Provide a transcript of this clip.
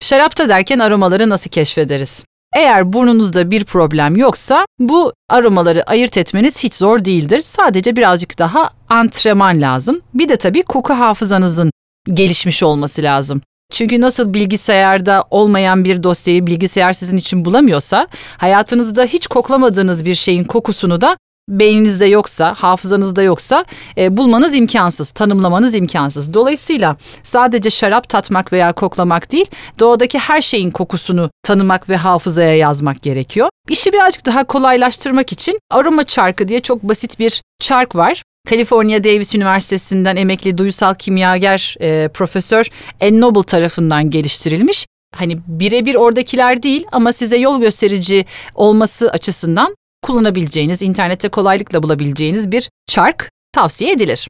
Şarapta derken aromaları nasıl keşfederiz? Eğer burnunuzda bir problem yoksa bu aromaları ayırt etmeniz hiç zor değildir. Sadece birazcık daha antrenman lazım. Bir de tabii koku hafızanızın gelişmiş olması lazım. Çünkü nasıl bilgisayarda olmayan bir dosyayı bilgisayar sizin için bulamıyorsa, hayatınızda hiç koklamadığınız bir şeyin kokusunu da beyninizde yoksa, hafızanızda yoksa bulmanız imkansız, tanımlamanız imkansız. Dolayısıyla sadece şarap tatmak veya koklamak değil, doğadaki her şeyin kokusunu tanımak ve hafızaya yazmak gerekiyor. İşi birazcık daha kolaylaştırmak için aroma çarkı diye çok basit bir çark var. California Davis Üniversitesi'nden emekli duyusal kimyager Profesör Ann Noble tarafından geliştirilmiş. Hani birebir oradakiler değil ama size yol gösterici olması açısından kullanabileceğiniz, internette kolaylıkla bulabileceğiniz bir çark tavsiye edilir.